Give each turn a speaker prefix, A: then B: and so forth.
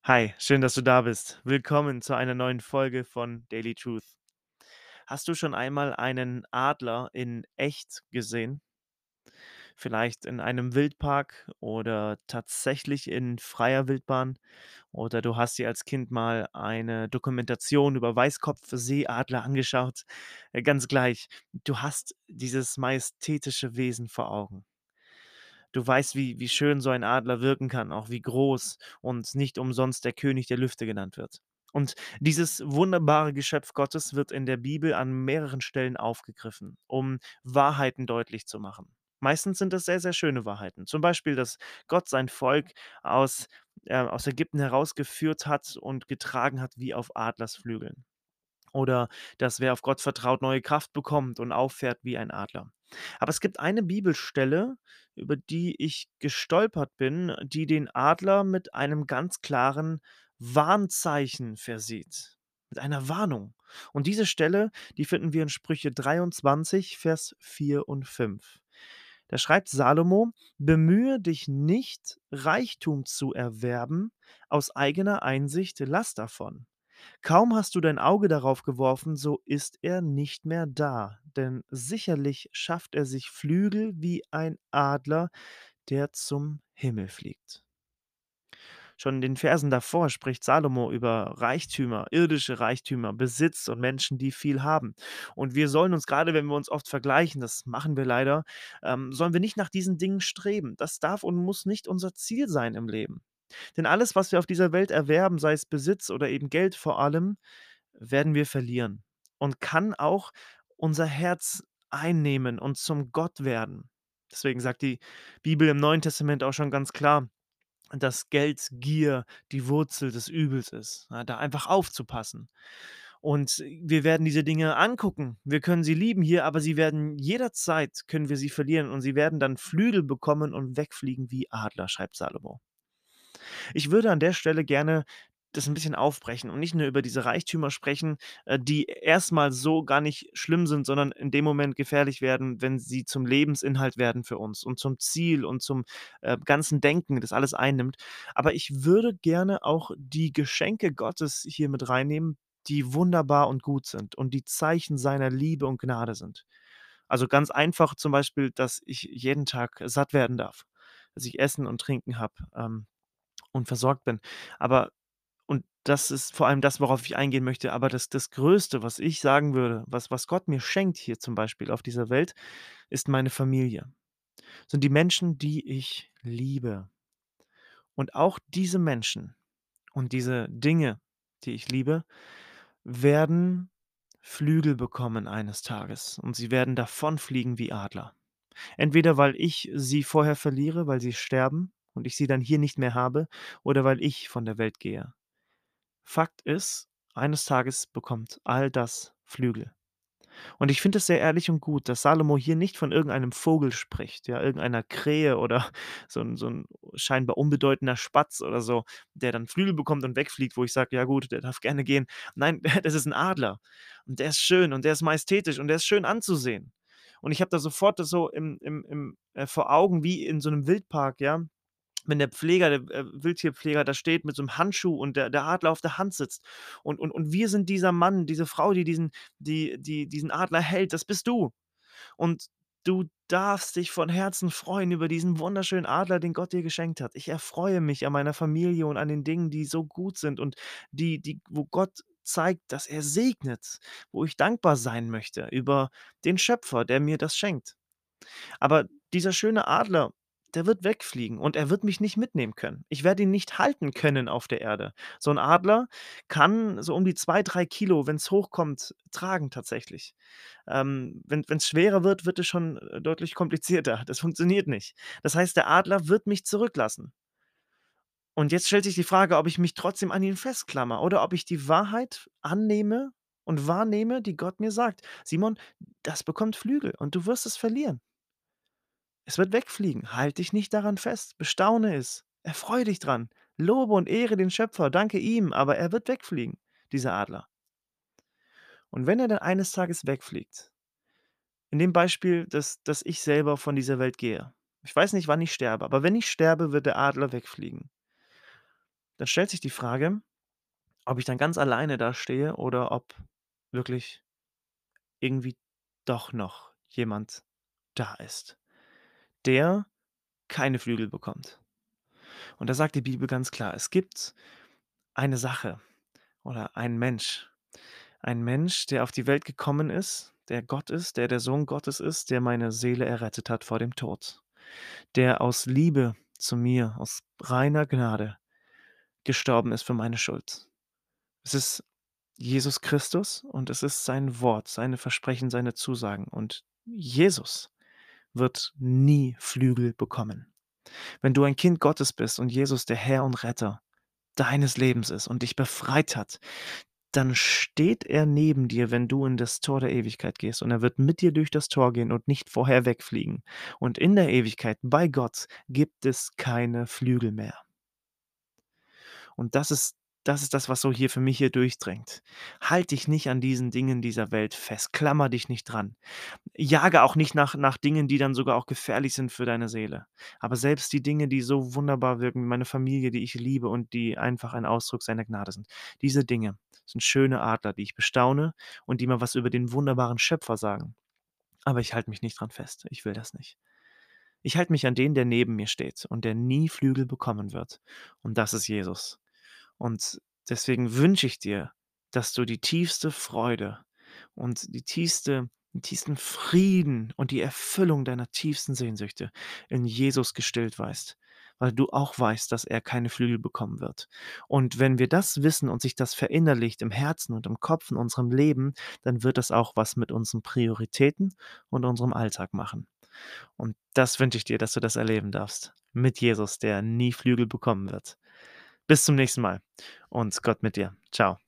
A: Hi, schön, dass du da bist. Willkommen zu einer neuen Folge von Daily Truth. Hast du schon einmal einen Adler in echt gesehen? Vielleicht in einem Wildpark oder tatsächlich in freier Wildbahn? Oder du hast dir als Kind mal eine Dokumentation über Weißkopfseeadler angeschaut? Ganz gleich, du hast dieses majestätische Wesen vor Augen. Du weißt, wie schön so ein Adler wirken kann, auch wie groß und nicht umsonst der König der Lüfte genannt wird. Und dieses wunderbare Geschöpf Gottes wird in der Bibel an mehreren Stellen aufgegriffen, um Wahrheiten deutlich zu machen. Meistens sind das sehr, sehr schöne Wahrheiten. Zum Beispiel, dass Gott sein Volk aus Ägypten herausgeführt hat und getragen hat wie auf Adlersflügeln. Oder dass wer auf Gott vertraut, neue Kraft bekommt und auffährt wie ein Adler. Aber es gibt eine Bibelstelle, über die ich gestolpert bin, die den Adler mit einem ganz klaren Warnzeichen versieht. Mit einer Warnung. Und diese Stelle, die finden wir in Sprüche 23, Vers 4 und 5. Da schreibt Salomo: „Bemühe dich nicht, Reichtum zu erwerben, aus eigener Einsicht lass davon. Kaum hast du dein Auge darauf geworfen, so ist er nicht mehr da, denn sicherlich schafft er sich Flügel wie ein Adler, der zum Himmel fliegt.“ Schon in den Versen davor spricht Salomo über Reichtümer, irdische Reichtümer, Besitz und Menschen, die viel haben. Und wir sollen uns gerade, wenn wir uns oft vergleichen, das machen wir leider, sollen wir nicht nach diesen Dingen streben. Das darf und muss nicht unser Ziel sein im Leben. Denn alles, was wir auf dieser Welt erwerben, sei es Besitz oder eben Geld vor allem, werden wir verlieren und kann auch unser Herz einnehmen und zum Gott werden. Deswegen sagt die Bibel im Neuen Testament auch schon ganz klar, dass Geldgier die Wurzel des Übels ist, ja, da einfach aufzupassen. Und wir werden diese Dinge angucken. Wir können sie lieben hier, aber sie werden jederzeit können wir sie verlieren und sie werden dann Flügel bekommen und wegfliegen wie Adler, schreibt Salomo. Ich würde an der Stelle gerne das ein bisschen aufbrechen und nicht nur über diese Reichtümer sprechen, die erstmal so gar nicht schlimm sind, sondern in dem Moment gefährlich werden, wenn sie zum Lebensinhalt werden für uns und zum Ziel und zum, ganzen Denken, das alles einnimmt. Aber ich würde gerne auch die Geschenke Gottes hier mit reinnehmen, die wunderbar und gut sind und die Zeichen seiner Liebe und Gnade sind. Also, ganz einfach zum Beispiel, dass ich jeden Tag satt werden darf, dass ich Essen und Trinken habe, und versorgt bin. Aber und das ist vor allem das, worauf ich eingehen möchte, aber das Größte, was ich sagen würde, was Gott mir schenkt hier zum Beispiel auf dieser Welt, ist meine Familie. Sind die Menschen, die ich liebe. Und auch diese Menschen und diese Dinge, die ich liebe, werden Flügel bekommen eines Tages und sie werden davonfliegen wie Adler. Entweder weil ich sie vorher verliere, weil sie sterben und ich sie dann hier nicht mehr habe, oder weil ich von der Welt gehe. Fakt ist, eines Tages bekommt all das Flügel. Und ich finde es sehr ehrlich und gut, dass Salomo hier nicht von irgendeinem Vogel spricht, ja, irgendeiner Krähe oder so 'n scheinbar unbedeutender Spatz oder so, der dann Flügel bekommt und wegfliegt, wo ich sage: „Ja gut, der darf gerne gehen.“ Nein, das ist 'n Adler und der ist schön und der ist majestätisch und der ist schön anzusehen. Und ich habe da sofort das so vor Augen wie in so 'nem Wildpark, ja, wenn der Pfleger, der, Wildtierpfleger da steht mit so 'nem Handschuh und der Adler auf der Hand sitzt. Und wir sind dieser Mann, diese Frau, die diesen Adler hält, das bist du. Und du darfst dich von Herzen freuen über diesen wunderschönen Adler, den Gott dir geschenkt hat. Ich erfreue mich an meiner Familie und an den Dingen, die so gut sind und wo Gott zeigt, dass er segnet, wo ich dankbar sein möchte über den Schöpfer, der mir das schenkt. Aber dieser schöne Adler, der wird wegfliegen und er wird mich nicht mitnehmen können. Ich werde ihn nicht halten können auf der Erde. So 'n Adler kann so um die 2, 3 Kilo, wenn's hochkommt, tragen tatsächlich. Wenn's schwerer wird, wird es schon, deutlich komplizierter. Das funktioniert nicht. Das heißt, der Adler wird mich zurücklassen. Und jetzt stellt sich die Frage, ob ich mich trotzdem an ihn festklammer oder ob ich die Wahrheit annehme und wahrnehme, die Gott mir sagt: „Simon, das bekommt Flügel und du wirst es verlieren.“ Es wird wegfliegen. Halt dich nicht daran fest. Bestaune es. Erfreue dich dran. Lobe und ehre den Schöpfer. Danke ihm, aber er wird wegfliegen, dieser Adler. Und wenn er dann eines Tages wegfliegt, in dem Beispiel, dass ich selber von dieser Welt gehe. Ich weiß nicht, wann ich sterbe, aber wenn ich sterbe, wird der Adler wegfliegen. dann stellt sich die Frage, ob ich dann ganz alleine da stehe oder ob wirklich irgendwie doch noch jemand da ist, der keine Flügel bekommt. Und da sagt die Bibel ganz klar, es gibt eine Sache oder ein Mensch, der auf die Welt gekommen ist, der Gott ist, der der Sohn Gottes ist, der meine Seele errettet hat vor dem Tod, der aus Liebe zu mir, aus reiner Gnade gestorben ist für meine Schuld. Es ist Jesus Christus und es ist sein Wort, seine Versprechen, seine Zusagen. Und Jesus wird nie Flügel bekommen. Wenn du ein Kind Gottes bist und Jesus der Herr und Retter deines Lebens ist und dich befreit hat, dann steht er neben dir, wenn du in das Tor der Ewigkeit gehst, und er wird mit dir durch das Tor gehen und nicht vorher wegfliegen. Und in der Ewigkeit bei Gott gibt es keine Flügel mehr. Und das ist das, was so hier für mich hier durchdringt. Halt dich nicht an diesen Dingen dieser Welt fest. Klammer dich nicht dran. Jage auch nicht nach Dingen, die dann sogar auch gefährlich sind für deine Seele. Aber selbst die Dinge, die so wunderbar wirken, wie meine Familie, die ich liebe und die einfach ein Ausdruck seiner Gnade sind. Diese Dinge sind schöne Adler, die ich bestaune und die mir was über den wunderbaren Schöpfer sagen. Aber ich halte mich nicht dran fest. Ich will das nicht. Ich halte mich an den, der neben mir steht und der nie Flügel bekommen wird. Und das ist Jesus. Und deswegen wünsche ich dir, dass du die tiefste Freude und den tiefsten Frieden und die Erfüllung deiner tiefsten Sehnsüchte in Jesus gestillt weißt, weil du auch weißt, dass er keine Flügel bekommen wird. Und wenn wir das wissen und sich das verinnerlicht im Herzen und im Kopf, in unserem Leben, dann wird das auch was mit unseren Prioritäten und unserem Alltag machen. Und das wünsche ich dir, dass du das erleben darfst. Mit Jesus, der nie Flügel bekommen wird. Bis zum nächsten Mal und Gott mit dir. Ciao.